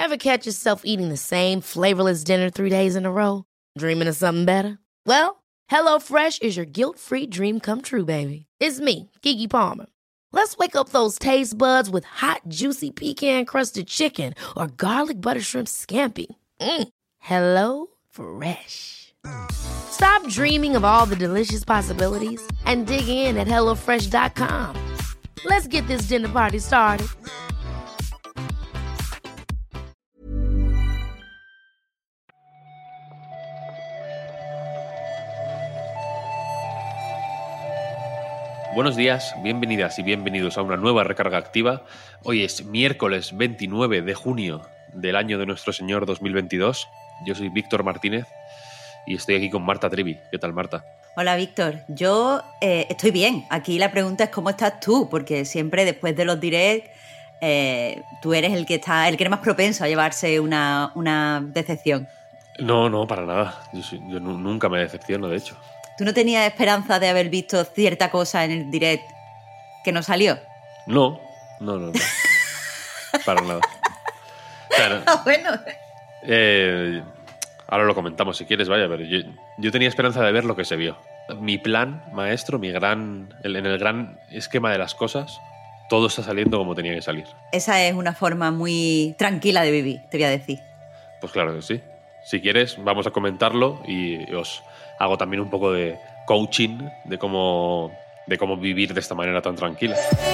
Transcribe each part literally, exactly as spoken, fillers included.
Ever catch yourself eating the same flavorless dinner three days in a row? Dreaming of something better? Well, HelloFresh is your guilt-free dream come true, baby. It's me, Keke Palmer. Let's wake up those taste buds with hot, juicy pecan-crusted chicken or garlic butter shrimp scampi. Mm. Hello Fresh. Stop dreaming of all the delicious possibilities and dig in at hello fresh dot com. Let's get this dinner party started. Buenos días, bienvenidas y bienvenidos a una nueva recarga activa. Hoy es miércoles veintinueve de junio del año de nuestro señor dos mil veintidós. Yo soy Víctor Martínez y estoy aquí con Marta Trivi. ¿Qué tal, Marta? Hola, Víctor. Yo eh, estoy bien. Aquí la pregunta es ¿cómo estás tú? Porque siempre después de los directs eh, tú eres el que está, el que eres más propenso a llevarse una, una decepción. No, no, para nada. Yo, soy, yo n- nunca me decepciono, de hecho. ¿Tú no tenías esperanza de haber visto cierta cosa en el direct que no salió? No, no, no, no. Para nada. Claro, Ah, bueno. eh, ahora lo comentamos si quieres, vaya, pero yo, yo tenía esperanza de ver lo que se vio. Mi plan maestro, mi gran, el, en el gran esquema de las cosas, todo está saliendo como tenía que salir. Esa es una forma muy tranquila de vivir, te voy a decir. Pues claro que sí. Si quieres, vamos a comentarlo y os hago también un poco de coaching de cómo, de cómo vivir de esta manera tan tranquila.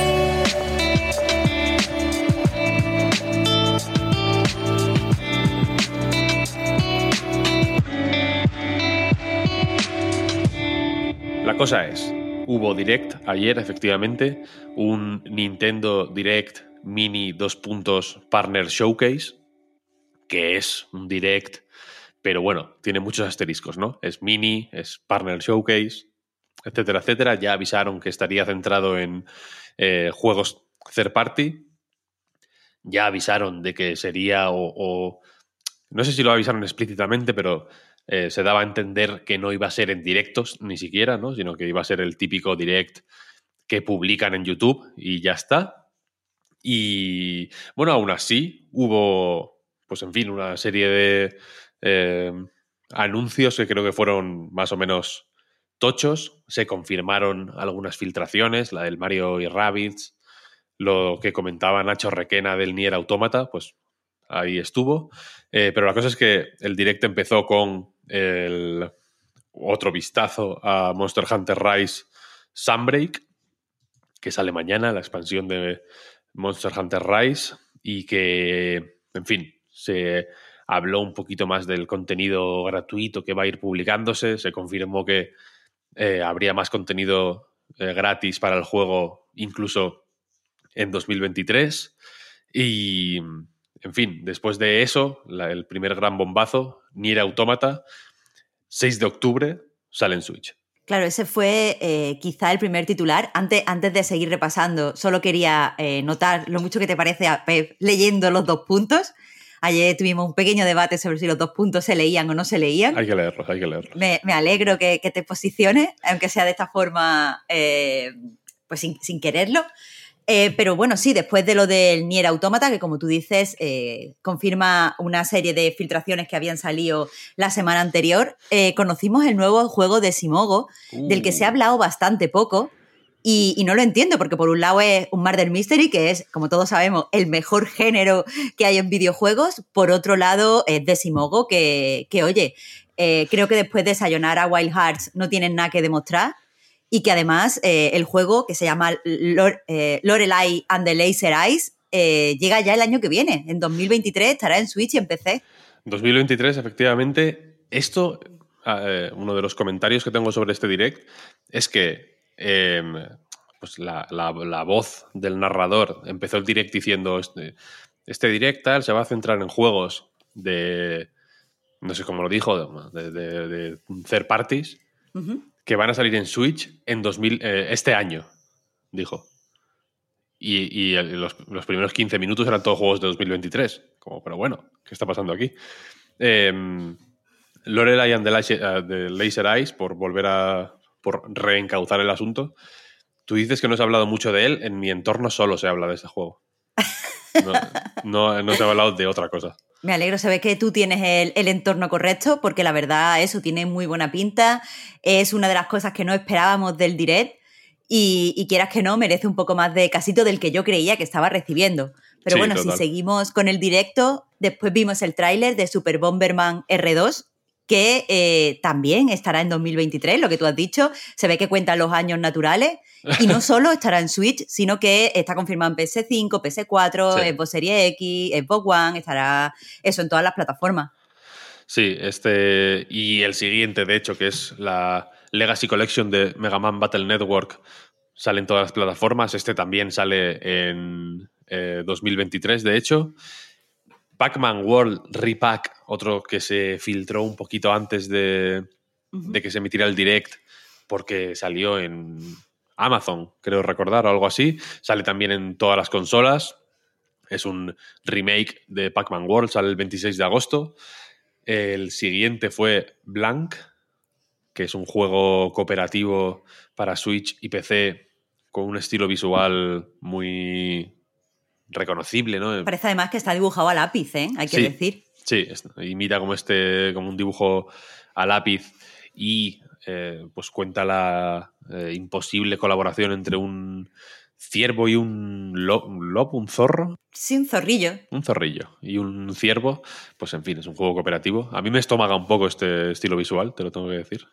La cosa es, hubo Direct ayer, efectivamente, un Nintendo Direct Mini dos puntos Partner Showcase, que es un Direct, pero bueno, tiene muchos asteriscos, ¿no? Es mini, es Partner Showcase, etcétera, etcétera. Ya avisaron que estaría centrado en eh, juegos third party. Ya avisaron de que sería o, o... No sé si lo avisaron explícitamente, pero eh, se daba a entender que no iba a ser en directos ni siquiera, ¿no? Sino que iba a ser el típico direct que publican en YouTube y ya está. Y bueno, aún así hubo, pues en fin, una serie de eh, anuncios que creo que fueron más o menos tochos. Se confirmaron algunas filtraciones, la del Mario y Rabbids, lo que comentaba Nacho Requena del Nier Automata, pues ahí estuvo. Eh, pero la cosa es que el direct empezó con el otro vistazo a Monster Hunter Rise Sunbreak, que sale mañana, la expansión de Monster Hunter Rise, y que, en fin, se habló un poquito más del contenido gratuito que va a ir publicándose. Se confirmó que eh, habría más contenido eh, gratis para el juego incluso en dos mil veintitrés. Y, en fin, después de eso, la, el primer gran bombazo, Nier Automata, seis de octubre, sale en Switch. Claro, ese fue eh, quizá el primer titular. Antes, antes de seguir repasando, solo quería eh, notar lo mucho que te parece a Pep leyendo los dos puntos. Ayer tuvimos un pequeño debate sobre si los dos puntos se leían o no se leían. Hay que leerlos, hay que leerlos. Me, me alegro que, que te posiciones, aunque sea de esta forma, eh, pues sin, sin quererlo. Eh, pero bueno, sí, después de lo del Nier Automata, que como tú dices, eh, confirma una serie de filtraciones que habían salido la semana anterior, eh, conocimos el nuevo juego de Simogo, uh. del que se ha hablado bastante poco, y, y no lo entiendo, porque por un lado es un Murder Mystery, que es, como todos sabemos, el mejor género que hay en videojuegos. Por otro lado, es de Simogo, que, que oye, eh, creo que después de Sayonara Wild Hearts no tienen nada que demostrar. Y que además eh, el juego, que se llama Lore, eh, Lorelei and the Laser Eyes, eh, llega ya el año que viene. En dos mil veintitrés estará en Switch y en P C. dos mil veintitrés, efectivamente. Esto, eh, uno de los comentarios que tengo sobre este direct es que eh, pues la, la, la voz del narrador empezó el direct diciendo este, este direct tal, se va a centrar en juegos de, no sé cómo lo dijo, de, de, de third parties. Uh-huh. Que van a salir en Switch en dos mil, eh, este año, dijo. Y, y el, los, los primeros quince minutos eran todos juegos de dos mil veintitrés. Como, pero bueno, ¿qué está pasando aquí? Eh, Lorelei and the Laser, uh, the Laser Eyes, por volver a por reencauzar el asunto. Tú dices que no se ha hablado mucho de él. En mi entorno solo se habla de ese juego. No, no, no se ha hablado de otra cosa. Me alegro, se ve que tú tienes el, el entorno correcto, porque la verdad eso tiene muy buena pinta, es una de las cosas que no esperábamos del Direct y, y quieras que no, merece un poco más de casito del que yo creía que estaba recibiendo. Pero Sí, bueno, total. si seguimos con el directo, después vimos el tráiler de Super Bomberman erre dos, que eh, también estará en dos mil veintitrés, lo que tú has dicho, se ve que cuentan los años naturales. Y no solo estará en Switch, sino que está confirmado en P S cinco, P S cuatro, Sí. Xbox Series X, Xbox One, estará eso en todas las plataformas. Sí, este y el siguiente, de hecho, que es la Legacy Collection de Mega Man Battle Network, sale en todas las plataformas. Este también sale en eh, dos mil veintitrés, de hecho. Pac-Man World Repack, otro que se filtró un poquito antes de, Uh-huh. de que se emitiera el Direct, porque salió en Amazon, creo recordar, o algo así. Sale también en todas las consolas. Es un remake de Pac-Man World, sale el veintiséis de agosto. El siguiente fue Blank, que es un juego cooperativo para Switch y P C con un estilo visual muy reconocible, ¿no? Parece además que está dibujado a lápiz, ¿eh? Hay que Sí, decir. sí, es- imita como este, como un dibujo a lápiz y eh, pues cuenta la eh, imposible colaboración entre un ciervo y un lo- un lobo, un zorro. Sí, un zorrillo. Un zorrillo y un ciervo, pues en fin, es un juego cooperativo. A mí me estomaga un poco este estilo visual, te lo tengo que decir.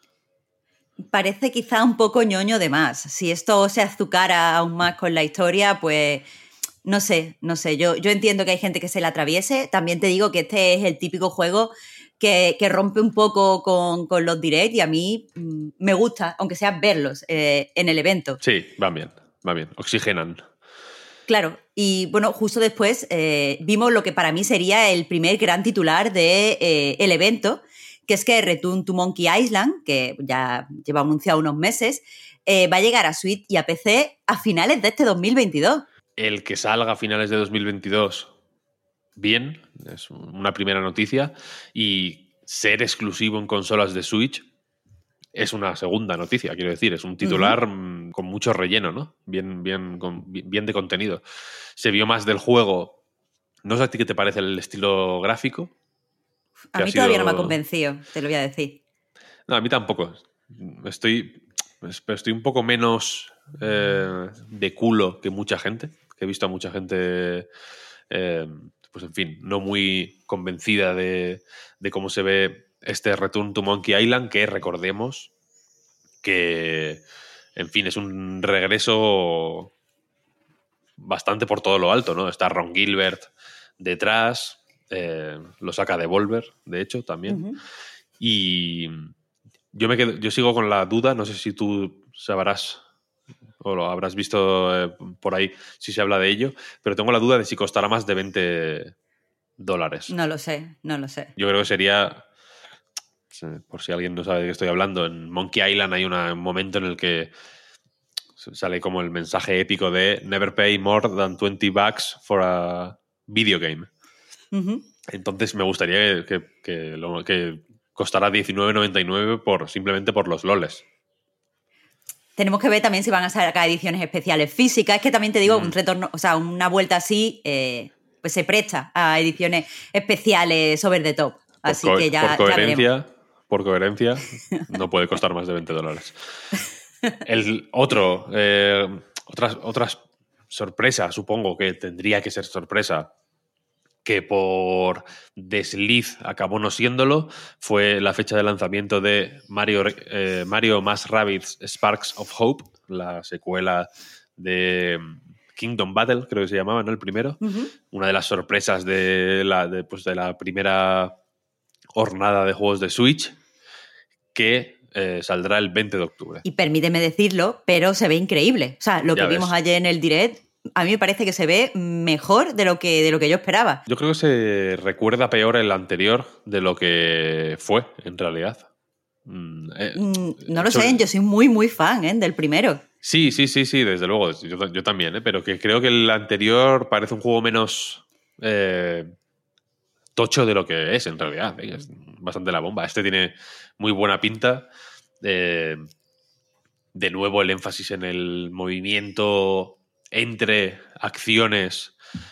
Parece quizá un poco ñoño de más. Si esto se azucara aún más con la historia, pues no sé, no sé. Yo, yo entiendo que hay gente que se la atraviese. También te digo que este es el típico juego que, que rompe un poco con, con los directs y a mí mm, me gusta, aunque sea verlos eh, en el evento. Sí, van bien, van bien. Oxigenan. Claro, y bueno, justo después eh, vimos lo que para mí sería el primer gran titular del de, eh, el evento, que es que Return to Monkey Island, que ya lleva anunciado unos meses, eh, va a llegar a Switch y a P C a finales de este dos mil veintidós. El que salga a finales de dos mil veintidós, bien, es una primera noticia. Y ser exclusivo en consolas de Switch es una segunda noticia, quiero decir. Es un titular uh-huh. con mucho relleno, ¿no? Bien, bien, con, bien de contenido. Se vio más del juego. No sé a ti qué te parece el estilo gráfico. A mí todavía sido... no me ha convencido, te lo voy a decir. No, a mí tampoco. Estoy, estoy un poco menos eh, de culo que mucha gente, que he visto a mucha gente, eh, pues en fin, no muy convencida de, de cómo se ve este Return to Monkey Island, que recordemos que, en fin, es un regreso bastante por todo lo alto, ¿no? Está Ron Gilbert detrás, eh, lo saca Devolver, de hecho, también. Uh-huh. Y yo me quedo, yo sigo con la duda, no sé si tú sabrás o lo habrás visto eh, por ahí si se habla de ello, pero tengo la duda de si costará más de veinte dólares. No lo sé, no lo sé. Yo creo que sería, por si alguien no sabe de qué estoy hablando, en Monkey Island hay una, un momento en el que sale como el mensaje épico de never pay more than twenty bucks for a video game. Uh-huh. Entonces me gustaría que, que, que, lo, que costará diecinueve noventa y nueve por, simplemente por los loles. Tenemos que ver también si van a sacar ediciones especiales físicas. Es que también te digo, mm. un retorno, o sea, una vuelta así, eh, pues se presta a ediciones especiales over the top. Así por que ya, por coherencia, ya por coherencia, no puede costar más de veinte dólares. El otro, eh, otras, otras sorpresas, supongo que tendría que ser sorpresa, que por desliz acabó no siéndolo, fue la fecha de lanzamiento de Mario, eh, Mario más Rabbids Sparks of Hope, la secuela de Kingdom Battle, creo que se llamaba, ¿no? El primero. Uh-huh. Una de las sorpresas de la, de, pues, de la primera hornada de juegos de Switch, que eh, saldrá el veinte de octubre. Y permíteme decirlo, pero se ve increíble. O sea, lo ya que ves. Vimos ayer en el Direct, a mí me parece que se ve mejor de lo que, de lo que yo esperaba. Yo creo que se recuerda peor el anterior de lo que fue, en realidad. Mm, eh, no lo sobre... sé, yo soy muy, muy fan ¿eh? del primero. Sí, sí, sí, sí, desde luego. Yo, yo también, ¿eh? Pero que creo que el anterior parece un juego menos eh, tocho de lo que es, en realidad. ¿eh? Es bastante la bomba. Este tiene muy buena pinta. Eh, de nuevo, el énfasis en el movimiento entre acciones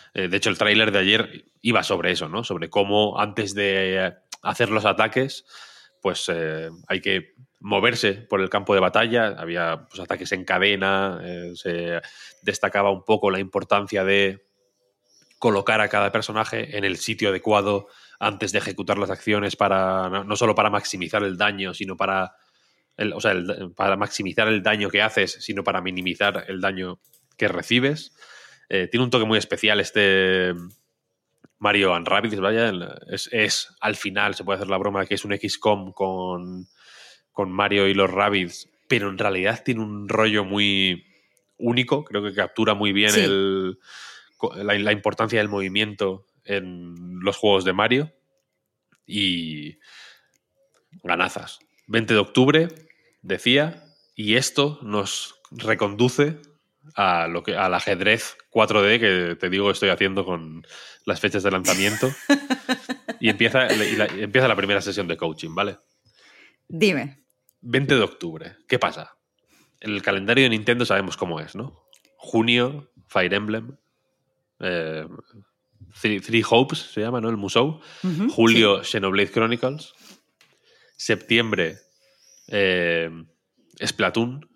Eh, de hecho, el tráiler de ayer iba sobre eso, ¿no? Sobre cómo antes de hacer los ataques, pues eh, hay que moverse por el campo de batalla. Había pues, ataques en cadena, eh, se destacaba un poco la importancia de colocar a cada personaje en el sitio adecuado antes de ejecutar las acciones para no solo para maximizar el daño, sino para el, o sea, el, para maximizar el daño que haces, sino para minimizar el daño que recibes. Eh, tiene un toque muy especial este Mario and Rabbids, vaya, es, es al final se puede hacer la broma de que es un equis com con, con Mario y los Rabbids, pero en realidad tiene un rollo muy único, creo que captura muy bien sí. el La, la importancia del movimiento en los juegos de Mario y ganazas. veinte de octubre, decía, y esto nos reconduce a lo que, al ajedrez cuatro D que te digo estoy haciendo con las fechas de lanzamiento y empieza, y la, empieza la primera sesión de coaching, ¿vale? Dime. veinte de octubre, ¿qué pasa? El calendario de Nintendo sabemos cómo es, ¿no? Junio, Fire Emblem, Eh, Three, Three Hopes se llama, ¿no? El Musou. Uh-huh, Julio, sí. Xenoblade Chronicles. Septiembre, eh, Splatoon.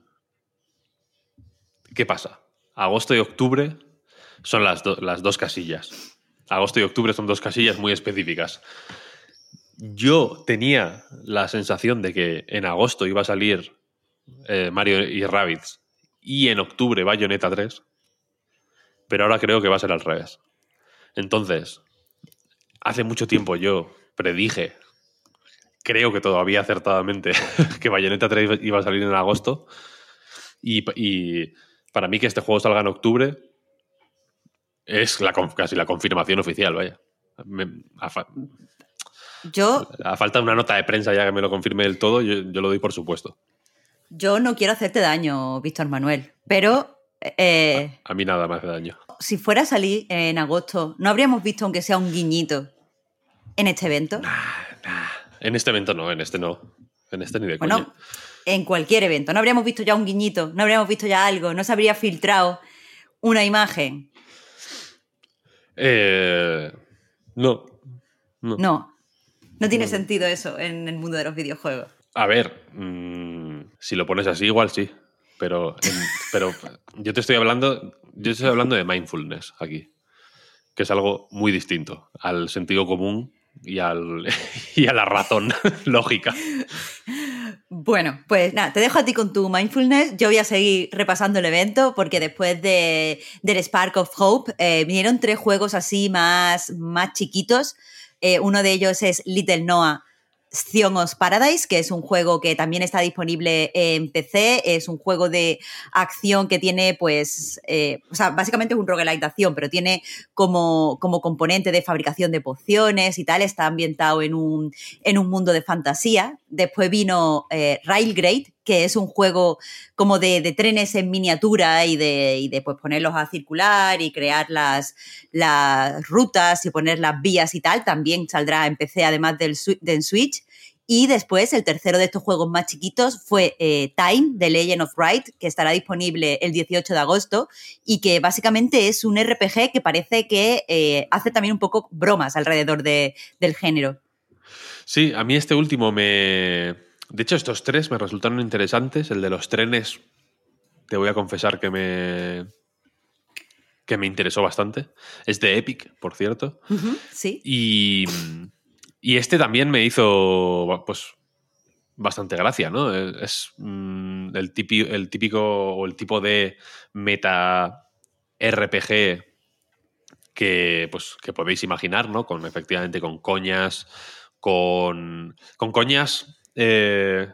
¿Qué pasa? Agosto y octubre son las, do- las dos casillas. Agosto y octubre son dos casillas muy específicas. Yo tenía la sensación de que en agosto iba a salir eh, Mario y Rabbids y en octubre Bayonetta tres. Pero ahora creo que va a ser al revés. Entonces, hace mucho tiempo yo predije, creo que todavía acertadamente, que Bayonetta tres iba a salir en agosto. Y, y para mí que este juego salga en octubre es la, casi la confirmación oficial, vaya. Me, a, fa- yo, a falta de una nota de prensa ya que me lo confirme del todo, yo, yo lo doy por supuesto. Yo no quiero hacerte daño, Víctor Manuel, pero... Eh, a, a mí nada me hace daño. Si fuera a salir en agosto, ¿no habríamos visto aunque sea un guiñito en este evento? Nah, nah. En este evento no, en este no. En este ni de bueno, coña. En cualquier evento. ¿No habríamos visto ya un guiñito? ¿No habríamos visto ya algo? ¿No se habría filtrado una imagen? Eh, no. No. No. No tiene no, sentido eso en el mundo de los videojuegos. A ver, mmm, si lo pones así, igual sí. Pero, en, pero yo te estoy hablando, yo estoy hablando de mindfulness aquí, que es algo muy distinto al sentido común y, al, y a la razón lógica. Bueno, pues nada, te dejo a ti con tu mindfulness. Yo voy a seguir repasando el evento porque después de, del Spark of Hope eh, vinieron tres juegos así más, más chiquitos. Eh, uno de ellos es Little Noah Xionos Paradise, que es un juego que también está disponible en P C, es un juego de acción que tiene, pues, eh, o sea, básicamente es un roguelike de acción, pero tiene como, como componente de fabricación de pociones y tal, está ambientado en un, en un mundo de fantasía. Después vino eh, Railgrade, que es un juego como de, de trenes en miniatura y de, y de pues, ponerlos a circular y crear las, las rutas y poner las vías y tal. También saldrá en P C además del, del Switch. Y después el tercero de estos juegos más chiquitos fue eh, Time, The Legend of Wright, que estará disponible el dieciocho de agosto y que básicamente es un R P G que parece que eh, hace también un poco bromas alrededor de, del género. Sí, a mí este último me... De hecho, estos tres me resultaron interesantes. El de los trenes, te voy a confesar que me... que me interesó bastante. Es de Epic, por cierto. Uh-huh, sí. Y... Y este también me hizo, pues, bastante gracia, ¿no? Es mm, el, típico, el típico o el tipo de meta R P G que, pues, que podéis imaginar, ¿no? Con, efectivamente, con coñas, con, con coñas, eh,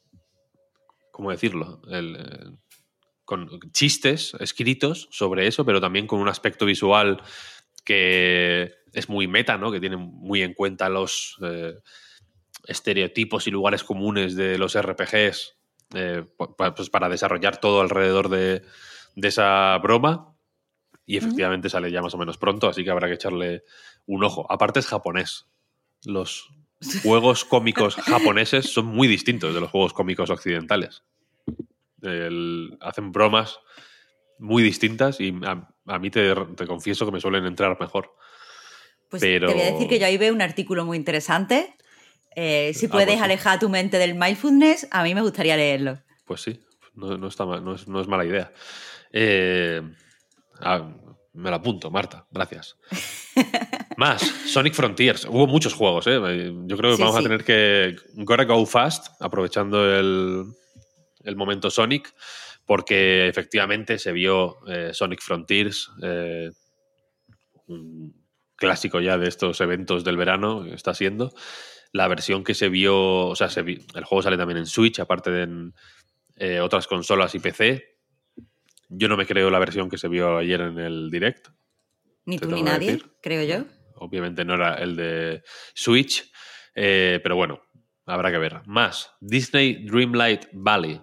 ¿cómo decirlo? El, eh, con chistes escritos sobre eso, pero también con un aspecto visual que es muy meta, ¿no? Que tiene muy en cuenta los eh, estereotipos y lugares comunes de los R P Gs eh, pues para desarrollar todo alrededor de, de esa broma. Y efectivamente sale ya más o menos pronto, así que habrá que echarle un ojo. Aparte es japonés. Los juegos cómicos japoneses son muy distintos de los juegos cómicos occidentales. El, hacen bromas muy distintas y a, a mí te, te confieso que me suelen entrar mejor. Pues Pero... te voy a decir que yo ahí veo un artículo muy interesante. Eh, si Ah, puedes pues sí. alejar tu mente del mindfulness, a mí me gustaría leerlo. Pues sí, no, no, está mal, no, es, no es mala idea. Eh, ah, me lo apunto, Marta, gracias. Más, Sonic Frontiers. Hubo muchos juegos, ¿eh? Yo creo que Sí, vamos sí. a tener que gotta go fast, aprovechando el, el momento Sonic, porque efectivamente se vio eh, Sonic Frontiers, eh, un clásico ya de estos eventos del verano, está siendo. La versión que se vio, o sea, se vi, el juego sale también en Switch, aparte de en eh, otras consolas y P C. Yo no me creo la versión que se vio ayer en el Direct. Ni te tú ni tengo que nadie, decir. creo yo. Obviamente no era el de Switch, eh, pero bueno, habrá que ver. Más, Disney Dreamlight Valley.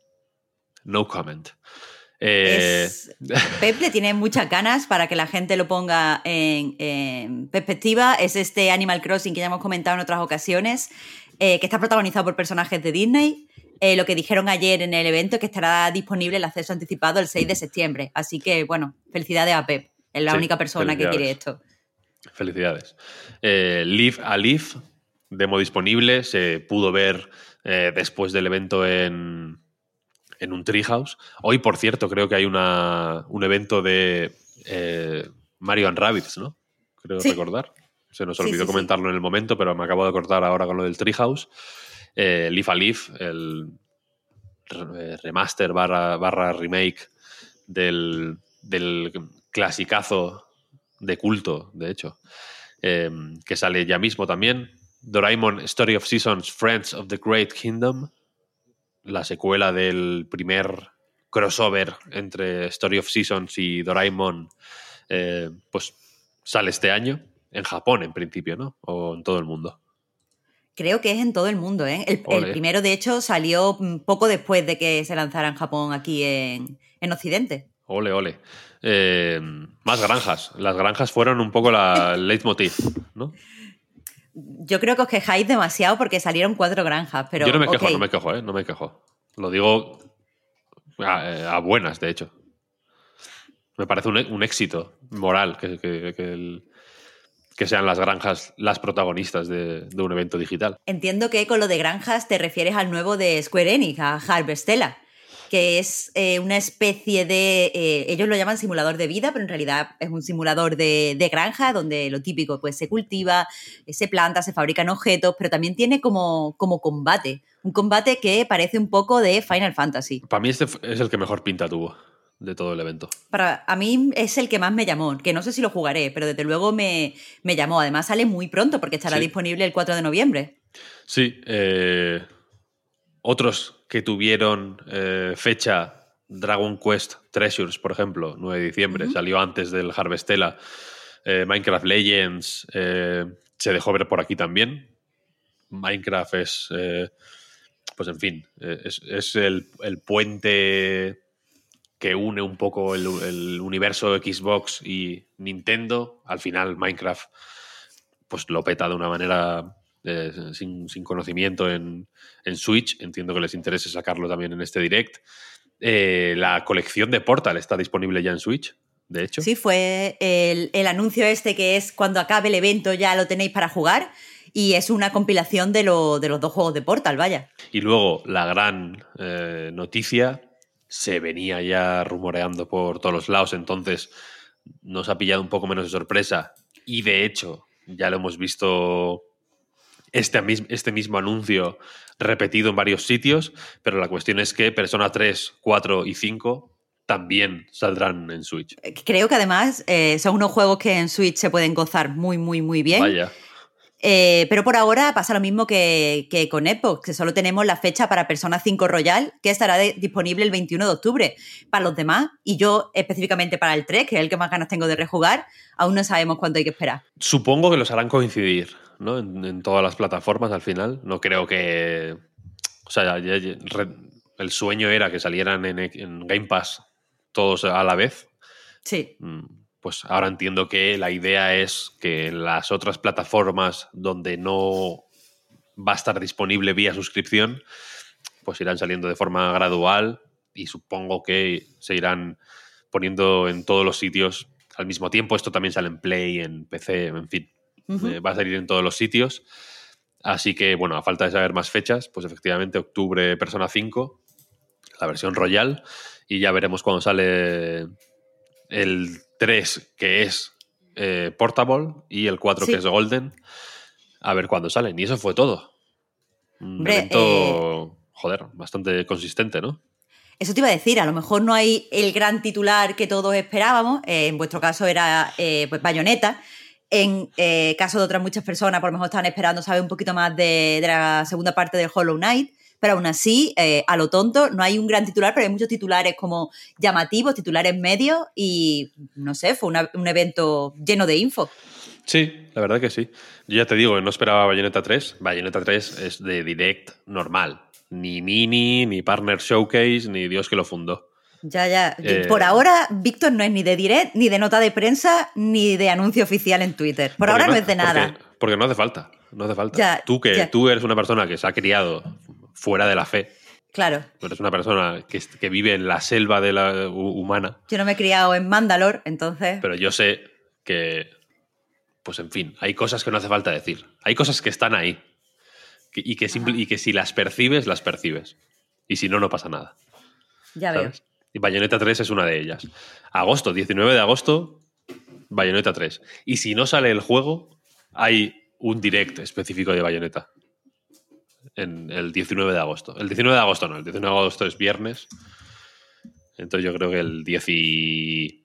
No comment. Eh, Es... Pep le tiene muchas ganas para que la gente lo ponga en, en perspectiva. Es este Animal Crossing que ya hemos comentado en otras ocasiones, eh, que está protagonizado por personajes de Disney. Eh, lo que dijeron ayer en el evento es que estará disponible el acceso anticipado el seis de septiembre. Así que, bueno, felicidades a Pep. Es la Sí, única persona que quiere esto. Felicidades. Eh, Live a Live, demo disponible, se pudo ver eh, después del evento en, en un Treehouse. Hoy, por cierto, creo que hay una, un evento de eh, Mario and Rabbids, ¿no? Creo Sí. recordar. Se nos Sí, olvidó sí, comentarlo sí. en el momento, pero me acabo de acordar ahora con lo del Treehouse. Eh, Live a Live, el remaster barra, barra remake del, del clasicazo de culto, de hecho, eh, que sale ya mismo también. Doraemon Story of Seasons, Friends of the Great Kingdom, la secuela del primer crossover entre Story of Seasons y Doraemon, eh, pues sale este año, en Japón en principio, ¿no? O en todo el mundo. Creo que es en todo el mundo, ¿eh? El, el primero, de hecho, salió poco después de que se lanzara en Japón aquí en, en Occidente. Ole, ole. Eh, más granjas. Las granjas fueron un poco la, el leitmotiv, ¿no? Yo creo que os quejáis demasiado porque salieron cuatro granjas, pero Yo no me quejo, okay. no me quejo, ¿eh? No me quejo. Lo digo a, a buenas, de hecho. Me parece un, un éxito moral que, que, que, el, que sean las granjas las protagonistas de, de un evento digital. Entiendo que con lo de granjas te refieres al nuevo de Square Enix, a Harvestella, que es eh, una especie de... Eh, ellos lo llaman simulador de vida, pero en realidad es un simulador de, de granja donde lo típico, pues se cultiva, se planta, se fabrican objetos, pero también tiene como, como combate. Un combate que parece un poco de Final Fantasy. Para mí este es el que mejor pinta tuvo de todo el evento. Para a mí es el que más me llamó, que no sé si lo jugaré, pero desde luego me, me llamó. Además sale muy pronto porque estará sí. disponible el cuatro de noviembre. Sí, eh, otros que tuvieron eh, fecha, Dragon Quest Treasures, por ejemplo, nueve de diciembre, uh-huh. salió antes del Harvestella. Eh, Minecraft Legends eh, se dejó ver por aquí también. Minecraft es, eh, pues en fin, eh, es, es el, el puente que une un poco el, el universo Xbox y Nintendo. Al final Minecraft pues lo peta de una manera eh, sin, sin conocimiento en, en Switch. Entiendo que les interese sacarlo también en este Direct. Eh, la colección de Portal está disponible ya en Switch, de hecho. Sí, fue el, el anuncio este que es cuando acabe el evento ya lo tenéis para jugar y es una compilación de, lo, de los dos juegos de Portal, vaya. Y luego la gran eh, noticia, se venía ya rumoreando por todos los lados, entonces nos ha pillado un poco menos de sorpresa y de hecho ya lo hemos visto este, este mismo anuncio repetido en varios sitios, pero la cuestión es que Persona tres, cuatro y cinco también saldrán en Switch. Creo que además eh, son unos juegos que en Switch se pueden gozar muy, muy, muy bien. Vaya. Eh, pero por ahora pasa lo mismo que, que con Xbox, que solo tenemos la fecha para Persona cinco Royal, que estará de, disponible el veintiuno de octubre. Para los demás, y yo específicamente para el tres, que es el que más ganas tengo de rejugar, aún no sabemos cuánto hay que esperar. Supongo que los harán coincidir, ¿no? En, en todas las plataformas al final. No creo que... O sea, ya, ya, el sueño era que salieran en, en Game Pass todos a la vez. Sí. Pues ahora entiendo que la idea es que las otras plataformas donde no va a estar disponible vía suscripción, pues irán saliendo de forma gradual y supongo que se irán poniendo en todos los sitios al mismo tiempo. Esto también sale en Play, en P C, en fin. Uh-huh. Eh, va a salir en todos los sitios. Así que, bueno, a falta de saber más fechas, pues efectivamente octubre Persona cinco, la versión Royal, y ya veremos cuando sale el tres, que es eh, Portable, y el cuatro, sí, que es Golden. A ver cuándo salen. Y eso fue todo. Un Hombre, evento, eh... joder, bastante consistente, ¿no? Eso te iba a decir, a lo mejor no hay el gran titular que todos esperábamos. Eh, en vuestro caso era eh, pues Bayonetta. En eh, caso de otras muchas personas, por lo mejor estaban esperando saber un poquito más de, de la segunda parte del Hollow Knight. Pero aún así, eh, a lo tonto, no hay un gran titular, pero hay muchos titulares como llamativos, titulares medios. Y no sé, fue una, un evento lleno de info. Sí, la verdad que sí. Yo ya te digo, no esperaba Bayonetta tres. Bayonetta tres es de Direct normal. Ni mini, ni Partner Showcase, ni Dios que lo fundó. Ya, ya. Eh, Por ahora, Víctor no es ni de Direct, ni de nota de prensa, ni de anuncio oficial en Twitter. Por ahora no, no es de nada. Porque, porque no hace falta. No hace falta. Ya, tú, que ya. tú eres una persona que se ha criado fuera de la fe. Claro. Tú eres una persona que, que vive en la selva de la humana. Yo no me he criado en Mandalore, entonces... Pero yo sé que... Pues en fin, hay cosas que no hace falta decir. Hay cosas que están ahí. Y que, simple, y que si las percibes, las percibes. Y si no, no pasa nada. Ya ¿sabes? veo. Y Bayonetta tres es una de ellas. Agosto, diecinueve de agosto, Bayonetta tres. Y si no sale el juego, hay un direct específico de Bayonetta. En el diecinueve de agosto. El diecinueve de agosto no, el diecinueve de agosto es viernes. Entonces yo creo que el diez y...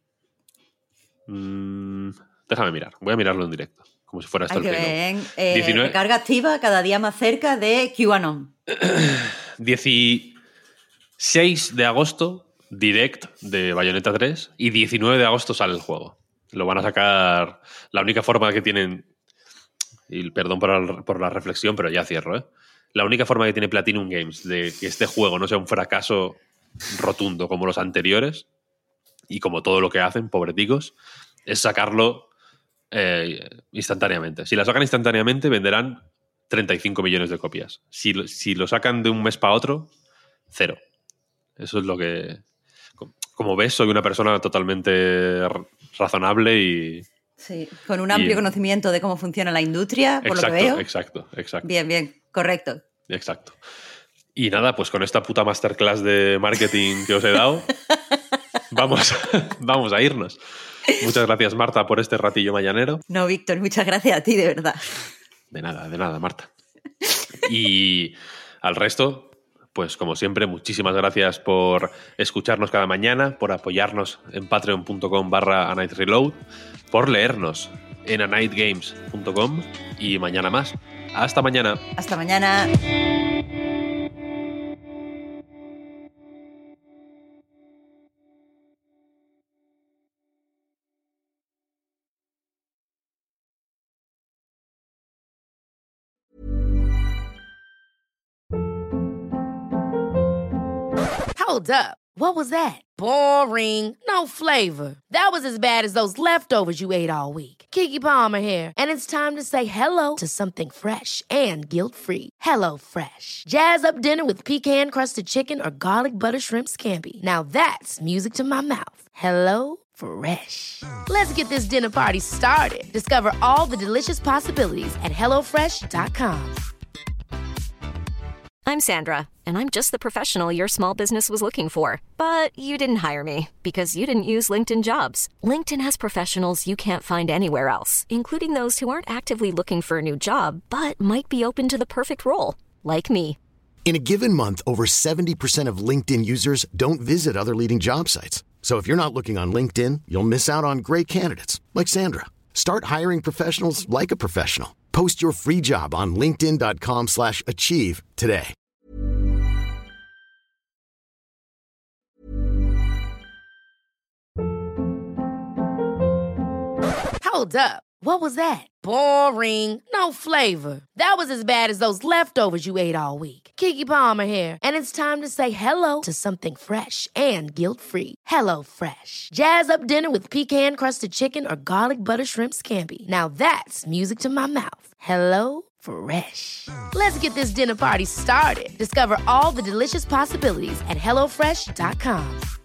Mm, déjame mirar, voy a mirarlo en directo. Como si fuera esto Ay, el que eh, diecinueve... Recarga activa cada día más cerca de QAnon. dieciséis de agosto, direct de Bayonetta tres. Y diecinueve de agosto sale el juego. Lo van a sacar... La única forma que tienen... Y perdón por, por la reflexión, pero ya cierro, ¿eh? La única forma que tiene Platinum Games de que este juego no sea un fracaso rotundo como los anteriores, y como todo lo que hacen, pobreticos, es sacarlo eh, instantáneamente. Si la sacan instantáneamente, venderán treinta y cinco millones de copias. Si, si lo sacan de un mes para otro, cero. Eso es lo que... Como ves, soy una persona totalmente razonable y... Sí, con un amplio y, conocimiento de cómo funciona la industria, por exacto, lo que veo. Exacto, exacto. Bien, bien, correcto. Exacto. Y nada, pues con esta puta masterclass de marketing que os he dado, vamos, vamos a irnos. Muchas gracias, Marta, por este ratillo mañanero. No, Víctor, muchas gracias a ti, de verdad. De nada, de nada, Marta. Y al resto, pues como siempre, muchísimas gracias por escucharnos cada mañana, por apoyarnos en patreon.com barra anightreload, por leernos en anightgames punto com y mañana más. Hasta mañana. Hasta mañana. Hold up. What was that? Boring. No flavor. That was as bad as those leftovers you ate all week. Keke Palmer here, and it's time to say hello to something fresh and guilt-free. Hello Fresh. Jazz up dinner with pecan-crusted chicken or garlic butter shrimp scampi. Now that's music to my mouth. Hello Fresh. Let's get this dinner party started. Discover all the delicious possibilities at hello fresh dot com. I'm Sandra, and I'm just the professional your small business was looking for. But you didn't hire me because you didn't use LinkedIn Jobs. LinkedIn has professionals you can't find anywhere else, including those who aren't actively looking for a new job, but might be open to the perfect role, like me. In a given month, over seventy percent of LinkedIn users don't visit other leading job sites. So if you're not looking on LinkedIn, you'll miss out on great candidates, like Sandra. Start hiring professionals like a professional. Post your free job on linkedin.com slash achieve today. Hold up. What was that? Boring. No flavor. That was as bad as those leftovers you ate all week. Keke Palmer here, and it's time to say hello to something fresh and guilt-free. Hello Fresh. Jazz up dinner with pecan-crusted chicken or garlic butter shrimp scampi. Now that's music to my mouth. Hello Fresh. Let's get this dinner party started. Discover all the delicious possibilities at hello fresh dot com.